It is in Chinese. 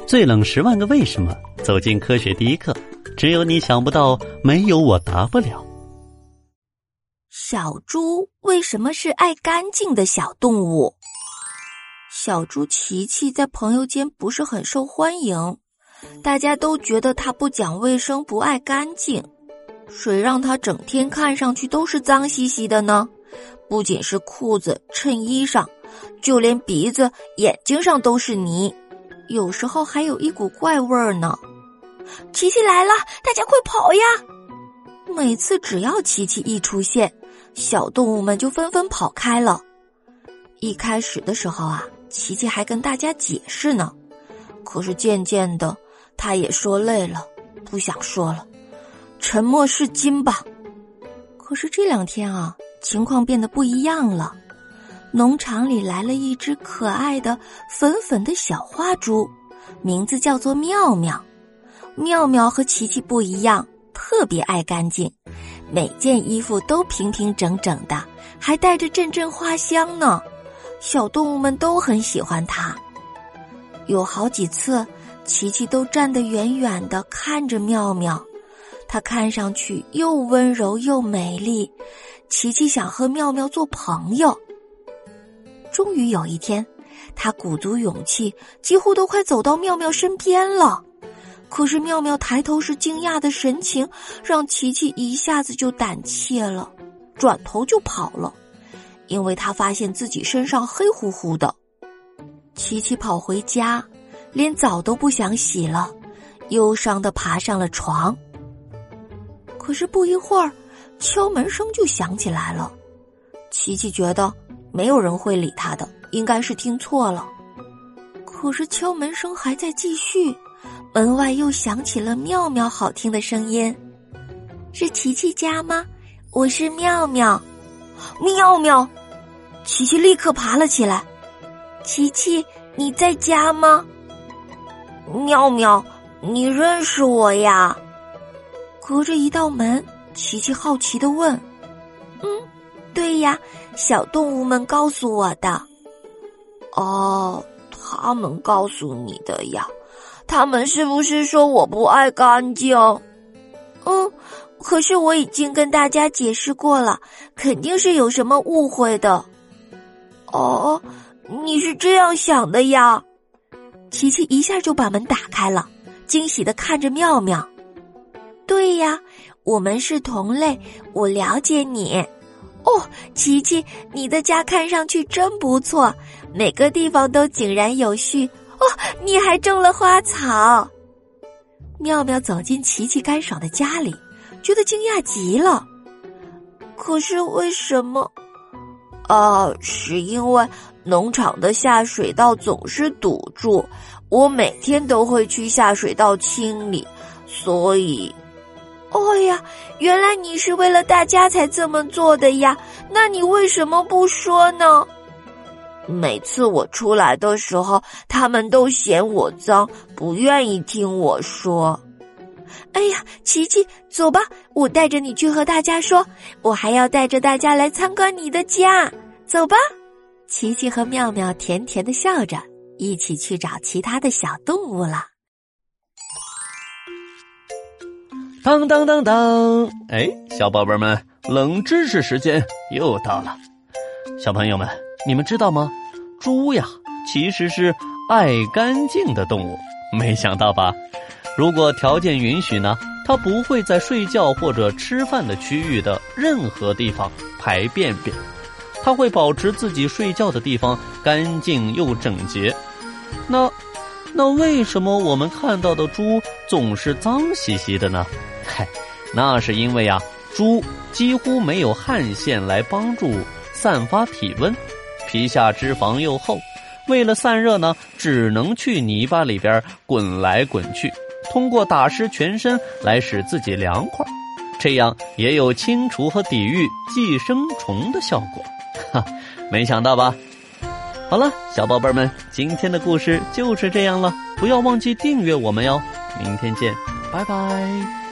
最冷10万个为什么，走进科学第一课，只有你想不到，没有我答不了。 小猪为什么是爱干净的小动物？小猪琪琪在朋友间不是很受欢迎，大家都觉得它不讲卫生，不爱干净。谁让它整天看上去都是脏兮兮的呢？不仅是裤子、衬衣上，就连鼻子、眼睛上都是泥，有时候还有一股怪味儿呢。琪琪来了，大家快跑呀！每次只要琪琪一出现，小动物们就纷纷跑开了。一开始的时候啊，琪琪还跟大家解释呢，可是渐渐的，他也说累了，不想说了，沉默是金吧。可是这2天啊，情况变得不一样了。农场里来了一只可爱的粉粉的小花猪，名字叫做妙妙。妙妙和琪琪不一样，特别爱干净，每件衣服都平平整整的，还带着阵阵花香呢。小动物们都很喜欢它。有好几次，琪琪都站得远远地看着妙妙，她看上去又温柔又美丽，琪琪想和妙妙做朋友。终于有一天，他鼓足勇气，几乎都快走到妙妙身边了。可是妙妙抬头时惊讶的神情，让琪琪一下子就胆怯了，转头就跑了，因为他发现自己身上黑乎乎的。琪琪跑回家，连澡都不想洗了，忧伤地爬上了床。可是不一会儿，敲门声就响起来了。琪琪觉得没有人会理他的，应该是听错了。可是敲门声还在继续，门外又响起了妙妙好听的声音。是琪琪家吗？我是妙妙。妙妙！琪琪立刻爬了起来。琪琪，你在家吗？妙妙，你认识我呀？隔着一道门，琪琪好奇地问。对呀，小动物们告诉我的。哦，他们告诉你的呀？他们是不是说我不爱干净？可是我已经跟大家解释过了，肯定是有什么误会的。哦，你是这样想的呀？琪琪一下就把门打开了，惊喜地看着妙妙。对呀，我们是同类，我了解你。琪琪，你的家看上去真不错，每个地方都井然有序。你还种了花草。妙妙走进琪琪干爽的家里，觉得惊讶极了。可是为什么？是因为农场的下水道总是堵住，我每天都会去下水道清理，所以……原来你是为了大家才这么做的呀，那你为什么不说呢？每次我出来的时候，他们都嫌我脏，不愿意听我说。琪琪，走吧，我带着你去和大家说，我还要带着大家来参观你的家，走吧。琪琪和妙妙甜甜地笑着，一起去找其他的小动物了。 当当当当！小宝贝们，冷知识时间又到了。小朋友们，你们知道吗？猪呀，其实是爱干净的动物，没想到吧？如果条件允许呢，它不会在睡觉或者吃饭的区域的任何地方排便便，它会保持自己睡觉的地方干净又整洁。那为什么我们看到的猪总是脏兮兮的呢？那是因为猪几乎没有汗腺来帮助散发体温，皮下脂肪又厚，为了散热呢，只能去泥巴里边滚来滚去，通过打湿全身来使自己凉快，这样也有清除和抵御寄生虫的效果。没想到吧？好了，小宝贝们，今天的故事就是这样了，不要忘记订阅我们哟，明天见，拜拜。